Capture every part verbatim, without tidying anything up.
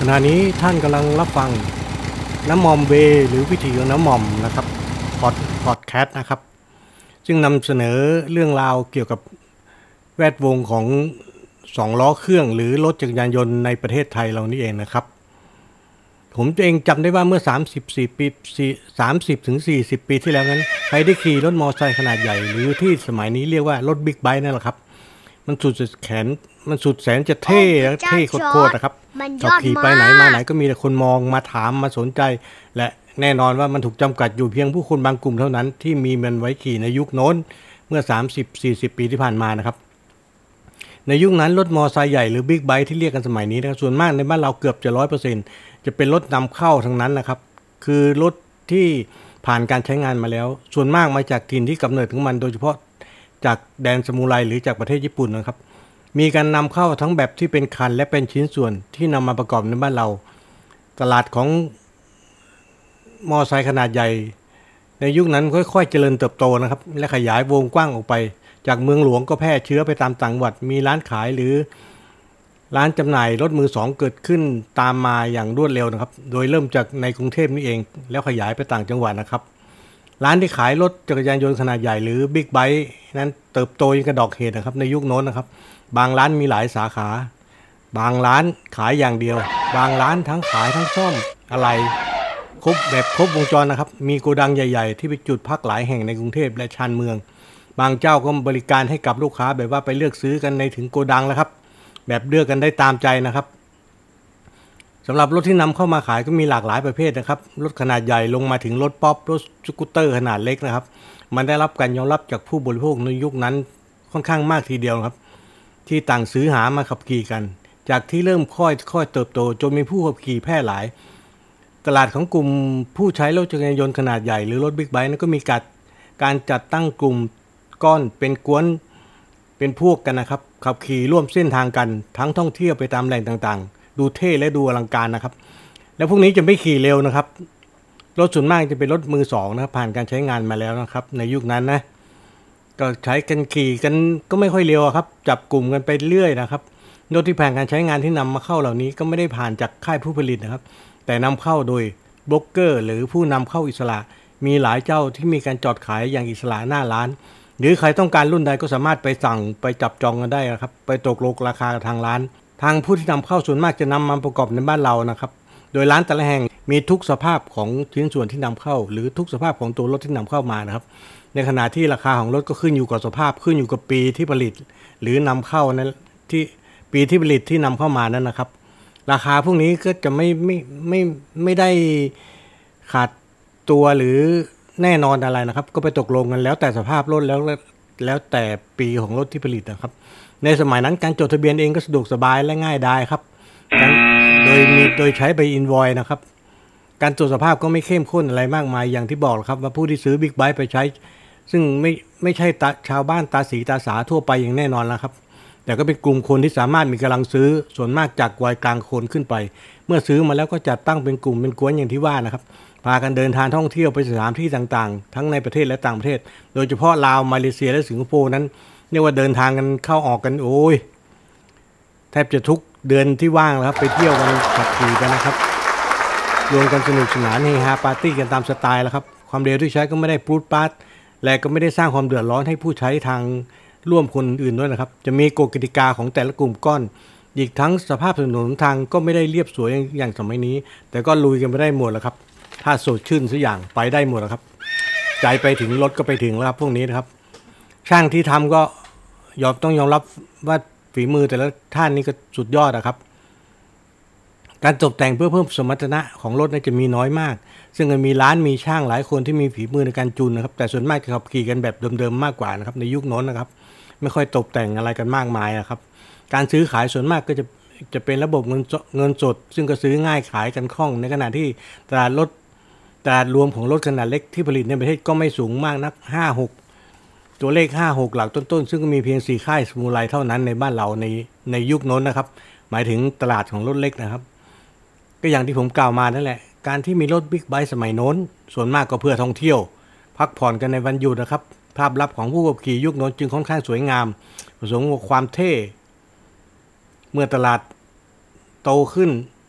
ขณะนี้ท่านกำลังรับฟังน้ำมอมเวหรือวิถีของน้ำมอมนะครับพอดพอดแคสต์นะครับซึ่งนำเสนอเรื่องราวเกี่ยวกับแวดวงของสองล้อเครื่องหรือรถจักรยานยนต์ในประเทศไทยเรานี่เองนะครับผมเองจำได้ว่าเมื่อสามสิบสี่ปีสามสิบถึงสี่สิบปีที่แล้วนั้นใครได้ขี่รถมอเตอร์ไซค์ขนาดใหญ่หรือที่สมัยนี้เรียกว่ารถบิ๊กไบค์นั่นแหละครับมันสุดแขนมันสุดแสนจะเท่เท่โคตรๆนะครับขับขี่ไปไหนมาไหนก็มีแต่คนมองมาถามมาสนใจและแน่นอนว่ามันถูกจำกัดอยู่เพียงผู้คนบางกลุ่มเท่านั้นที่มีมันไว้ขี่ในยุคโน้นเมื่อ สามสิบถึงสี่สิบ ปีที่ผ่านมานะครับในยุคนั้นรถมอเตอร์ไซค์ใหญ่หรือบิ๊กไบค์ที่เรียกกันสมัยนี้นะครับส่วนมากในบ้านเราเกือบจะ ร้อยเปอร์เซ็นต์ จะเป็นรถนำเข้าทั้งนั้นนะครับคือรถที่ผ่านการใช้งานมาแล้วส่วนมากมาจากถิ่นที่กำเนิดของมันโดยเฉพาะจากแดนซามูไรหรือจากประเทศญี่ปุ่นนะครับมีการนำเข้าทั้งแบบที่เป็นคันและเป็นชิ้นส่วนที่นำมาประกอบในบ้านเราตลาดของมอเตอร์ไซค์ขนาดใหญ่ในยุคนั้นค่อยๆเจริญเติบโตนะครับและขยายวงกว้างออกไปจากเมืองหลวงก็แพร่เชื้อไปตามต่างจังหวัดมีร้านขายหรือร้านจำหน่ายรถมือสองเกิดขึ้นตามมาอย่างรวดเร็วนะครับโดยเริ่มจากในกรุงเทพนี่เองแล้วขยายไปต่างจังหวัดนะครับร้านที่ขายรถจักรยานยนต์ขนาดใหญ่หรือบิ๊กไบค์นั้นเติบโตยิ่งกระดอกเห็ดนะครับในยุคโน้นนะครับบางร้านมีหลายสาขาบางร้านขายอย่างเดียวบางร้านทั้งขายทั้งซ่อมอะไรครบแบบครบวงจรนะครับมีโกดังใหญ่ๆที่เป็นจุดพักหลายแห่งในกรุงเทพและชานเมืองบางเจ้าก็บริการให้กับลูกค้าแบบว่าไปเลือกซื้อกันในถึงโกดังแล้วครับแบบเลือกกันได้ตามใจนะครับสำหรับรถที่นำเข้ามาขายก็มีหลากหลายประเภทนะครับรถขนาดใหญ่ลงมาถึงรถป๊อปรถสกูตเตอร์ขนาดเล็กนะครับมันได้รับการยอมรับจากผู้บริโภคในยุคนั้นค่อนข้างมากทีเดียวครับที่ต่างซื้อหามาขับขี่กันจากที่เริ่มค่อยค่อยเติบโตจนมีผู้ขับขี่แพร่หลายตลาดของกลุ่มผู้ใช้รถจักรยานยนต์ขนาดใหญ่หรือรถบิ๊กไบค์นั้นก็มีการการจัดตั้งกลุ่มก้อนเป็นกวนเป็นพวกกันนะครับขับขี่ร่วมเส้นทางกันทั้งท่องเที่ยวไปตามแหล่งต่างๆดูเท่และดูอลังการนะครับแล้วพวกนี้จะไม่ขี่เร็วนะครับรถส่วนมากจะเป็นรถมือสองนะครับผ่านการใช้งานมาแล้วนะครับในยุคนั้นนะก็ใช้กันขี่กันก็ไม่ค่อยเร็วครับจับกลุ่มกันไปเรื่อยนะครับรถที่ผ่านการใช้งานที่นำมาเข้าเหล่านี้ก็ไม่ได้ผ่านจากค่ายผู้ผลิตนะครับแต่นำเข้าโดยบล็อกเกอร์หรือผู้นำเข้าอิสระมีหลายเจ้าที่มีการจอดขายอย่างอิสระหน้าร้านหรือใครต้องการรุ่นใดก็สามารถไปสั่งไปจับจองกันได้นะครับไปตกลงราคาทางร้านทางผู้ที่นำเข้าส่วนมากจะนำมาประกอบในบ้านเรานะครับโดยร้านแต่ละแห่งมีทุกสภาพของชิ้นส่วนที่นำเข้าหรือทุกสภาพของตัวรถที่นำเข้ามานะครับในขณะที่ราคาของรถก็ขึ้นอยู่กับสภาพขึ้นอยู่กับปีที่ผลิตหรือนำเข้านั้นที่ปีที่ผลิตที่นำเข้ามานั้นนะครับราคาพวกนี้ก็จะไม่ไม่ไม่ไม่ได้ขาดตัวหรือแน่นอนอะไรนะครับก็ไปตกลงกันแล้วแต่สภาพรถแล้วแล้วแต่ปีของรถที่ผลิตนะครับในสมัยนั้นการจดทะเบียนเองก็สะดวกสบายและง่ายได้ครับโดยมีโดยใช้ใบอินวอยซ์นะครับการตรวจสภาพก็ไม่เข้มข้นอะไรมากมายอย่างที่บอกครับว่าผู้ที่ซื้อบิ๊กไบค์ไปใช้ซึ่งไม่ไม่ใช่ชาวบ้านตาสีตาสาทั่วไปอย่างแน่นอนแล้วครับแต่ก็เป็นกลุ่มคนที่สามารถมีกำลังซื้อส่วนมากจากวัยกลางคนขึ้นไปเมื่อซื้อมาแล้วก็จัดตั้งเป็นกลุ่มเป็นกวนอย่างที่ว่านะครับพากันเดินทางท่องเที่ยวไปสถานที่ต่างๆทั้งในประเทศและต่างประเทศโดยเฉพาะลาวมาเลเซียและสิงคโปร์นั้นเรียกว่าเดินทางกันเข้าออกกันโอ้ยแทบจะทุกเดือนที่ว่างแล้วครับไปเที่ยวกันขับขี่กันนะครับรวมกันสนุกสนานเฮฮาปาร์ตี้กันตามสไตล์แล้วครับความเร็วที่ใช้ก็ไม่ได้ปรูดปราดและก็ไม่ได้สร้างความเดือดร้อนให้ผู้ใช้ทางร่วมคนอื่นด้วยนะครับจะมีกฎกติกาของแต่ละกลุ่มก้อนอีกทั้งสภาพถนนทางก็ไม่ได้เรียบสวยอย่างสมัยนี้แต่ก็ลุยกันไม่ได้หมดแล้วครับถ้าสดชื่นสักอย่างไปได้หมดแล้วครับใจไปถึงรถก็ไปถึงแล้วครับพวกนี้นะครับช่างที่ทำก็ยอมต้องยอมรับว่าฝีมือแต่ละท่านนี่ก็สุดยอดนะครับการตกแต่งเพื่อเพิ่มสมรรถนะของรถจะมีน้อยมากซึ่งมีร้านมีช่างหลายคนที่มีฝีมือในการจูนนะครับแต่ส่วนมากจะขับขี่กันแบบเดิมๆมากกว่านะครับในยุคโน้นนะครับไม่ค่อยตกแต่งอะไรกันมากมายนะครับการซื้อขายส่วนมากก็จะจะเป็นระบบเงินเงินสดซึ่งก็ซื้อง่ายขายกันคล่องในขณะที่ตลาดรถตลาดรวมของรถขนาดเล็กที่ผลิตในประเทศก็ไม่สูงมากนัก ห้าหก ตัวเลขห้าหกหลักต้นๆซึ่งก็มีเพียงสี่ค่ายสมุไรเท่านั้นในบ้านเราในในยุคโน้นนะครับหมายถึงตลาดของรถเล็กนะครับก็อย่างที่ผมกล่าวมานั่นแหละการที่มีรถบิ๊กไบค์สมัยโน้นส่วนมากก็เพื่อท่องเที่ยวพักผ่อนกันในวันหยุดนะครับภาพลักษณ์ของผู้ขับขี่ยุคโน้นจึงค่อนข้างสวยงามผสมกับความเท่เมื่อตลาดโตขึ้นผ ผ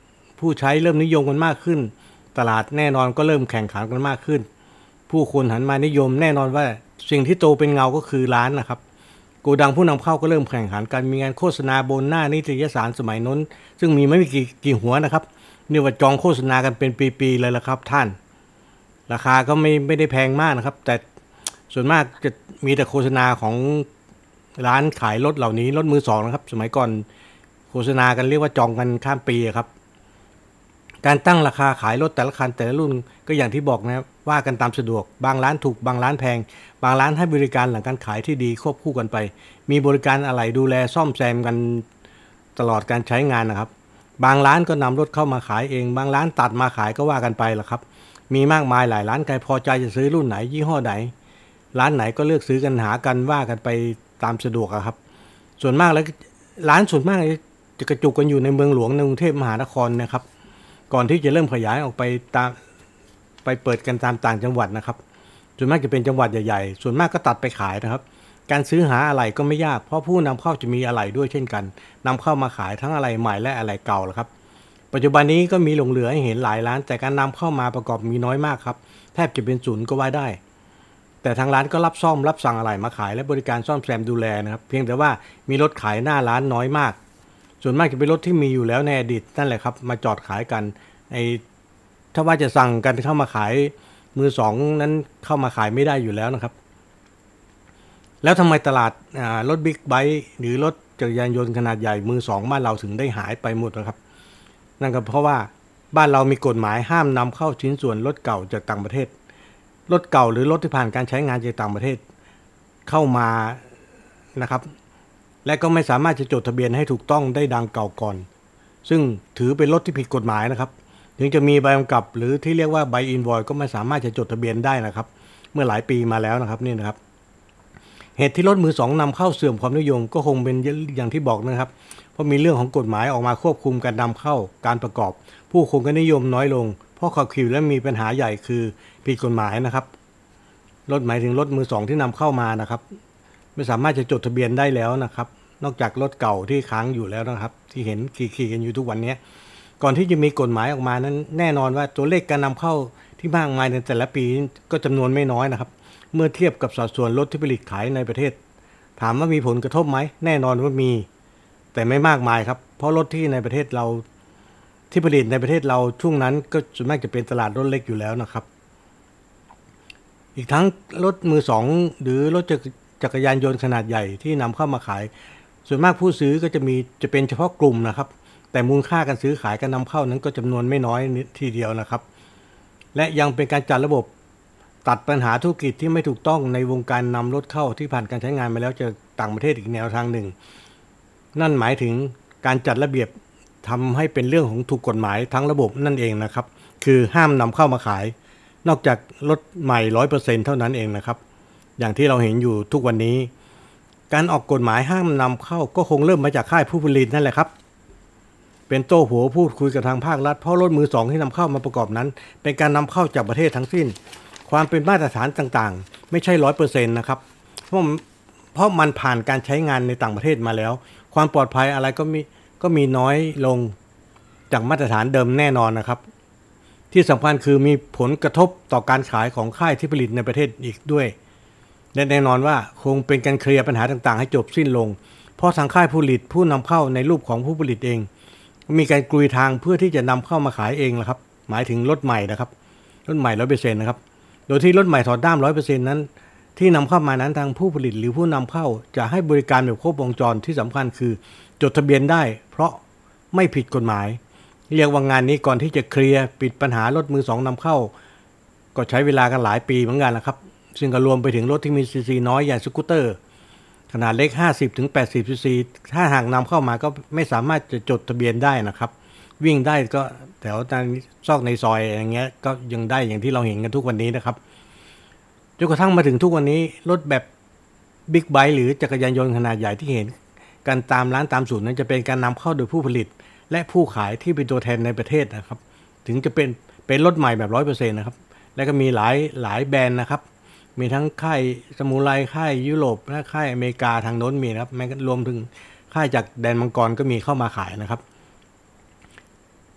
ผู้ใช้เริ่มนิยมกันมากขึ้นตลาดแน่นอนก็เริ่มแข่งขันกันมากขึ้นผู้คนหันมานิยมแน่นอนว่าสิ่งที่โตเป็นเงาก็คือร้านนะครับโกดังผู้นำเข้าก็เริ่มแข่งขันกันมีงานโฆษณาบนหน้านิตยสารสมัยน้นซึ่งมีไม่มีกี่กี่หัวนะครับนี่ว่าจองโฆษณากันเป็นปีๆเลยละครับท่านราคาก็ไม่ไม่ได้แพงมากนะครับแต่ส่วนมากจะมีแต่โฆษณาของร้านขายรถเหล่านี้รถมือสองนะครับสมัยก่อนโฆษณากันเรียกว่าจองกันข้ามปีครับการตั้งราคาขายรถแต่ละคันแต่ละรุ่นก็อย่างที่บอกนะว่ากันตามสะดวกบางร้านถูกบางร้านแพงบางร้านให้บริการหลังการขายที่ดีควบคู่กันไปมีบริการอะไหล่ดูแลซ่อมแซมกันตลอดการใช้งานนะครับบางร้านก็นำรถเข้ามาขายเองบางร้านตัดมาขายก็ว่ากันไปละครับมีมากมายหลายร้านใครพอใจจะซื้อรุ่นไหนยี่ห้อไหนร้านไหนก็เลือกซื้อกันหากันว่ากันไปตามสะดวกครับส่วนมากแล้วร้านส่วนมากจะกระจุกกันอยู่ในเมืองหลวงในกรุงเทพมหานครนะครับก่อนที่จะเริ่มขยายออกไปตามไปเปิดกันตามต่างจังหวัดนะครับส่วนมากจะเป็นจังหวัดใหญ่ๆส่วนมากก็ตัดไปขายนะครับการซื้อหาอะไหล่ก็ไม่ยากเพราะผู้นำเข้าจะมีอะไหล่ด้วยเช่นกันนำเข้ามาขายทั้งอะไหล่ใหม่และอะไหล่เก่าครับปัจจุบันนี้ก็มีหลงเหลือให้เห็นหลายร้านแต่การนำเข้ามาประกอบมีน้อยมากครับแทบจะเป็นศูนย์ก็ว่าได้แต่ทางร้านก็รับซ่อมรับสั่งอะไหล่มาขายและบริการซ่อมแซมดูแลนะครับเพียงแต่ว่ามีรถขายหน้าร้านน้อยมากส่วนมากจะเป็นรถที่มีอยู่แล้วในอดีตนั่นแหละครับมาจอดขายกันไอ้ถ้าว่าจะสั่งกันเข้ามาขายมือสองนั้นเข้ามาขายไม่ได้อยู่แล้วนะครับแล้วทำไมตลาดรถบิ๊กไบค์หรือรถจักรยานยนต์ขนาดใหญ่มือสองบ้านเราถึงได้หายไปหมดนะครับนั่นก็เพราะว่าบ้านเรามีกฎหมายห้ามนำเข้าชิ้นส่วนรถเก่าจากต่างประเทศรถเก่าหรือรถที่ผ่านการใช้งานจากต่างประเทศเข้ามานะครับและก็ไม่สามารถจะจดทะเบียนให้ถูกต้องได้ดังเก่าก่อนซึ่งถือเป็นรถที่ผิดกฎหมายนะครับถึงจะมีใบกำกับหรือที่เรียกว่าใบอินวอยซ์ก็ไม่สามารถจะจดทะเบียนได้นะครับเมื่อหลายปีมาแล้วนะครับนี่นะครับเหตุที่รถมือสองนำเข้าเสื่อมความนิยมก็คงเป็นอย่างที่บอกนะครับเพราะมีเรื่องของกฎหมายออกมาควบคุมการนำเข้าการประกอบผู้คนก็นิยมน้อยลงเพราะขับขี่และมีปัญหาใหญ่คือผิดกฎหมายนะครับรถหมายถึงรถมือสองที่นำเข้ามานะครับไม่สามารถจะจดทะเบียนได้แล้วนะครับนอกจากรถเก่าที่ค้างอยู่แล้วนะครับที่เห็นขี่ๆกันอยู่ทุกวันนี้ก่อนที่จะมีกฎหมายออกมานั้นแน่นอนว่าตัวเลขการนำเข้าที่มากมายในแต่ละปีก็จำนวนไม่น้อยนะครับเมื่อเทียบกับสัดส่วนรถที่ผลิตขายในประเทศถามว่ามีผลกระทบไหมแน่นอนว่ามีแต่ไม่มากมายครับเพราะรถที่ในประเทศเราที่ผลิตในประเทศเราช่วงนั้นก็ส่วนมากจะเป็นตลาดรถเล็กอยู่แล้วนะครับอีกทั้งรถมือสองหรือรถจักรยานยนต์ขนาดใหญ่ที่นำเข้ามาขายส่วนมากผู้ซื้อก็จะมีจะเป็นเฉพาะกลุ่มนะครับแต่มูลค่าการซื้อขายการนำเข้านั้นก็จำนวนไม่น้อยทีเดียวนะครับและยังเป็นการจัดระบบตัดปัญหาธุรกิจที่ไม่ถูกต้องในวงการนำรถเข้าที่ผ่านการใช้งานมาแล้วจากต่างประเทศอีกแนวทางหนึ่งนั่นหมายถึงการจัดระเบียบทำให้เป็นเรื่องของถูกกฎหมายทั้งระบบนั่นเองนะครับคือห้ามนำเข้ามาขายนอกจากรถใหม่ ร้อยเปอร์เซ็นต์ เท่านั้นเองนะครับอย่างที่เราเห็นอยู่ทุกวันนี้การออกกฎหมายห้ามนำเข้าก็คงเริ่มมาจากค่ายผู้ผลิตนั่นแหละครับเป็นโต้หัวพูดคุยกับทางภาครัฐเพราะรถมือสองที่นำเข้ามาประกอบนั้นเป็นการนำเข้าจากประเทศทั้งสิ้นความเป็นมาตรฐานต่างๆไม่ใช่ ร้อยเปอร์เซ็นต์ นะครับเพราะเพราะมันผ่านการใช้งานในต่างประเทศมาแล้วความปลอดภัยอะไรก็มีก็มีน้อยลงจากมาตรฐานเดิมแน่นอนนะครับที่สำคัญคือมีผลกระทบต่อการขายของค่ายที่ผลิตในประเทศอีกด้วยและแน่นอนว่าคงเป็นการเคลียร์ปัญหาต่างๆให้จบสิ้นลงเพราะทางค่ายผู้ผลิตผู้นำเข้าในรูปของผู้ผลิตเองมีการกลุยทางเพื่อที่จะนำเข้ามาขายเองแหละครับหมายถึงรถใหม่นะครับรถใหม่ ร้อยเปอร์เซ็นต์ นะครับโดยที่รถใหม่ถอดด้าม ร้อยเปอร์เซ็นต์ นั้นที่นำเข้ามานั้นทางผู้ผลิตหรือผู้นำเข้าจะให้บริการแบบครบวงจรที่สำคัญคือจดทะเบียนได้เพราะไม่ผิดกฎหมายเรียกว่างานนี้ก่อนที่จะเคลียร์ปิดปัญหารถมือสองนำเข้าก็ใช้เวลากันหลายปีเหมือนกันนะครับซึ่งก็รวมไปถึงรถที่มีซีซีน้อยอย่างสกูตเตอร์ขนาดเล็ก ห้าสิบถึงแปดสิบซีซีถ้าหากนำเข้ามาก็ไม่สามารถจะจดทะเบียนได้นะครับวิ่งได้ก็แถวซอกในซอยอย่างเงี้ยก็ยังได้อย่างที่เราเห็นกันทุกวันนี้นะครับจนกระทั่งมาถึงทุกวันนี้รถแบบบิ๊กไบค์หรือจักรยานยนต์ขนาดใหญ่ที่เห็นกันตามร้านตามศูนย์นั้นจะเป็นการนำเข้าโดยผู้ผลิตและผู้ขายที่เป็นตัวแทนในประเทศนะครับถึงจะเป็นเป็นรถใหม่แบบ ร้อยเปอร์เซ็นต์ นะครับและก็มีหลายหลายแบรนด์นะครับมีทั้งค่ายสมุไรค่ายยุโรปและค่ายอเมริกาทางโน้นมีนะครับแม้รวมถึงค่ายจากแดนมังกรก็มีเข้ามาขายนะครับ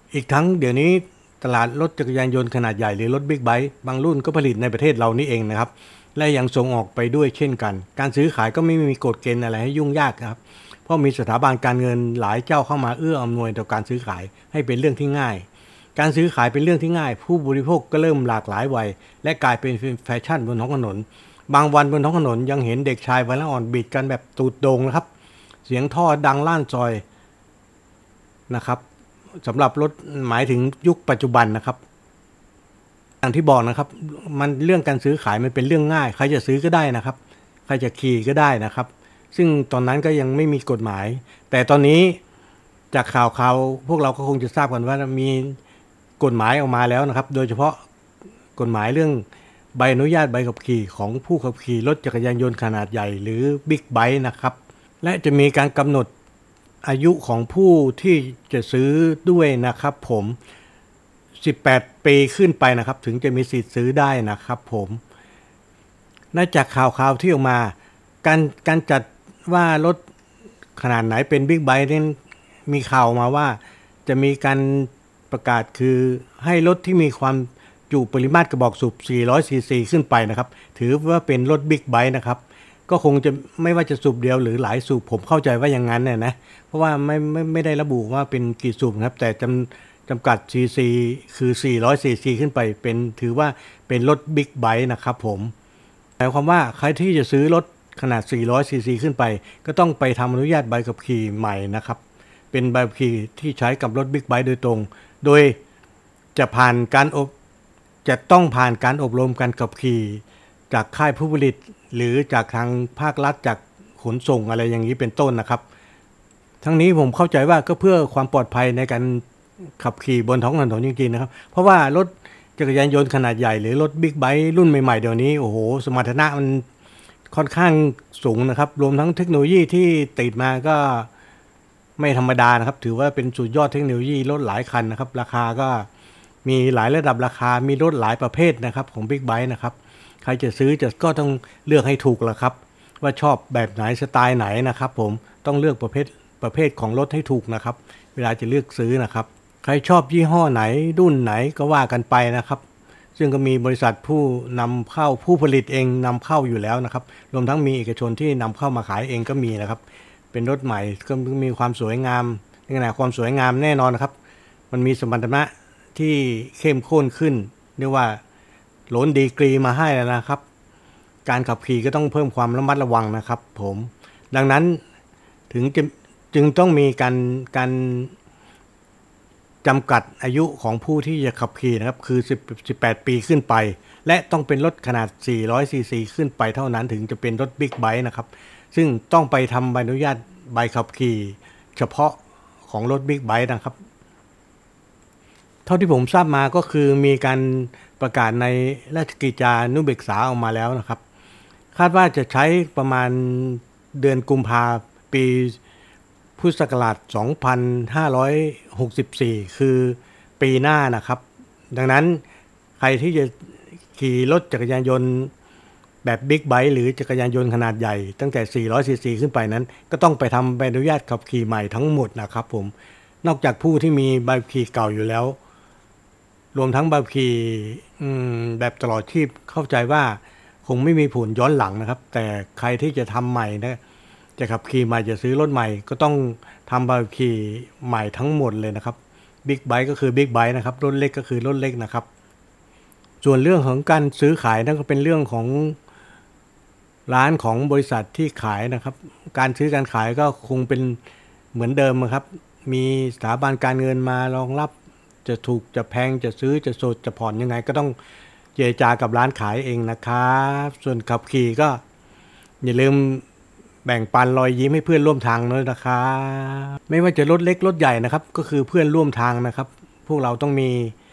อีกทั้งเดี๋ยวนี้ตลาดรถจักรยานยนต์ขนาดใหญ่หรือรถบิ๊กไบค์บางรุ่นก็ผลิตในประเทศเรานี่เองนะครับและยังส่งออกไปด้วยเช่นกันการซื้อขายก็ไม่มีกฎเกณฑ์อะไรให้ยุ่งยากครับเพราะมีสถาบันการเงินหลายเจ้าเข้ามาเอื้ออำนวยต่อการซื้อขายให้เป็นเรื่องที่ง่ายการซื้อขายเป็นเรื่องที่ง่ายผู้บริโภคก็เริ่มหลากหลายวัยและกลายเป็นแฟชั่นบนท้องถนนบางวันบนท้องถนนยังเห็นเด็กชายวัยละอ่อนบิดกันแบบตูดโด่งนะครับเสียงท่อดังลั่นซอยนะครับสำหรับรถหมายถึงยุคปัจจุบันนะครับอย่างที่บอกนะครับมันเรื่องการซื้อขายมันเป็นเรื่องง่ายใครจะซื้อก็ได้นะครับใครจะขี่ก็ได้นะครับซึ่งตอนนั้นก็ยังไม่มีกฎหมายแต่ตอนนี้จากข่าวข่าวพวกเราก็คงจะทราบกันว่ามีกฎหมายออกมาแล้วนะครับโดยเฉพาะกฎหมายเรื่องใบอนุญาตใบขับขี่ของผู้ขับขี่รถจักรยานยนต์ขนาดใหญ่หรือบิ๊กไบค์นะครับและจะมีการกำหนดอายุของผู้ที่จะซื้อด้วยนะครับผมสิบแปดปีขึ้นไปนะครับถึงจะมีสิทธิ์ซื้อได้นะครับผมน่าจากข่าวข่าวที่ออกมาการการจัดว่ารถขนาดไหนเป็นบิ๊กไบค์นั้นมีข่าวมาว่าจะมีการประกาศคือให้รถที่มีความจุปริมาตรกระบอกสูบสี่ร้อยซีซีขึ้นไปนะครับถือว่าเป็นรถบิ๊กไบค์นะครับก็คงจะไม่ว่าจะสูบเดียวหรือหลายสูบผมเข้าใจว่าอย่างนั้นเนี่ยนะเพราะว่าไม่ไม่ไม่ได้ระบุว่าเป็นกี่สูบครับแต่จำจำกัดซีซีคือสี่ร้อยซีซีขึ้นไปเป็นถือว่าเป็นรถบิ๊กไบค์นะครับผมหมายความว่าใครที่จะซื้อรถขนาดสี่ร้อยซีซีขึ้นไปก็ต้องไปทำอนุญาตใบขับขี่ใหม่นะครับเป็นใบขับขี่ที่ใช้กับรถบิ๊กไบค์โดยตรงโดยจะผ่านการอบจะต้องผ่านการอบรมการขับขี่จากค่ายผู้ผลิตหรือจากทางภาครัฐจากขนส่งอะไรอย่างนี้เป็นต้นนะครับทั้งนี้ผมเข้าใจว่าก็เพื่อความปลอดภัยในการขับขี่บนท้องถนนจริงๆนะครับเพราะว่ารถจักรยานยนต์ขนาดใหญ่หรือรถบิ๊กไบค์รุ่นใหม่ๆเดี๋ยวนี้โอ้โหสมรรถนะมันค่อนข้างสูงนะครับรวมทั้งเทคโนโลยีที่ติดมาก็ไม่ธรรมดานะครับถือว่าเป็นสุดยอดเทคโนโลยีรถหลายคันนะครับราคาก็มีหลายระดับราคามีรถหลายประเภทนะครับของบิ๊กไบค์นะครับใครจะซื้อจะก็ต้องเลือกให้ถูกละครับว่าชอบแบบไหนสไตล์ไหนนะครับผมต้องเลือกประเภทประเภทของรถให้ถูกนะครับเวลาจะเลือกซื้อนะครับใครชอบยี่ห้อไหนรุ่นไหนก็ว่ากันไปนะครับซึ่งก็มีบริษัทผู้นำเข้าผู้ผลิตเองนำเข้าอยู่แล้วนะครับรวมทั้งมีเอกชนที่นำเข้ามาขายเองก็มีนะครับเป็นรถใหม่ก็มีความสวยงามในขณะความสวยงามแน่นอนนะครับมันมีสมรรถนะที่เข้มข้นขึ้นเรียกว่าโหลนดีกรีมาให้แล้วนะครับการขับขี่ก็ต้องเพิ่มความระมัดระวังนะครับผมดังนั้นถึงจะจึงต้องมีการการจำกัดอายุของผู้ที่จะขับขี่นะครับคือสิบแปดปีขึ้นไปและต้องเป็นรถขนาดสี่ร้อยซีซีขึ้นไปเท่านั้นถึงจะเป็นรถบิ๊กไบค์นะครับซึ่งต้องไปทำใบอนุญาตใบขับขี่เฉพาะของรถบิ๊กไบค์นะครับเท่าที่ผมทราบมาก็คือมีการประกาศในราชกิจจานุเบกษาออกมาแล้วนะครับคาดว่าจะใช้ประมาณเดือนกุมภาพันธ์ปีพุทธศักราชสองพันห้าร้อยหกสิบสี่คือปีหน้านะครับดังนั้นใครที่จะขี่รถจักรยานยนต์แบบบิ๊กไบค์หรือจักรยานยนต์ขนาดใหญ่ตั้งแต่สี่ร้อยซีซีขึ้นไปนั้นก็ต้องไปทำใบอนุญาตขับขี่ใหม่ทั้งหมดนะครับผมนอกจากผู้ที่มีใบขับขี่เก่าอยู่แล้วรวมทั้งใบขับขี่แบบตลอดชีพเข้าใจว่าคงไม่มีผลย้อนหลังนะครับแต่ใครที่จะทำใหม่นะจะขับขี่ใหม่จะซื้อรถใหม่ก็ต้องทำใบขับขี่ใหม่ทั้งหมดเลยนะครับบิ๊กไบค์ก็คือบิ๊กไบค์นะครับรถเล็กก็คือรถเล็กนะครับส่วนเรื่องของการซื้อขายนั่นก็เป็นเรื่องของร้านของบริษัทที่ขายนะครับการซื้อการขายก็คงเป็นเหมือนเดิมครับมีสถาบันการเงินมารองรับจะถูกจะแพงจะซื้อจะสดจะผ่อนยังไงก็ต้องเจรจากับร้านขายเองนะครับส่วนขับขี่ก็อย่าลืมแบ่งปันรอยยิ้มให้เพื่อนร่วมทางด้วยนะครับไม่ว่าจะรถเล็กรถใหญ่นะครับก็คือเพื่อนร่วมทางนะครับพวกเราต้องมี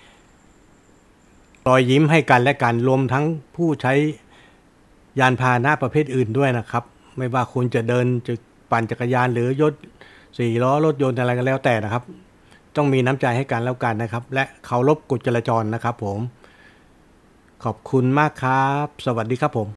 รอยยิ้มให้กันและกันรวมทั้งผู้ใช้ยานพาหนะประเภทอื่นด้วยนะครับไม่ว่าคุณจะเดินจะปั่นจักรยานหรือยนต์สี่ล้อรถยนต์อะไรก็แล้วแต่นะครับต้องมีน้ำใจให้กันแล้วกันนะครับและเคารพกฎจราจรนะครับผมขอบคุณมากครับสวัสดีครับผม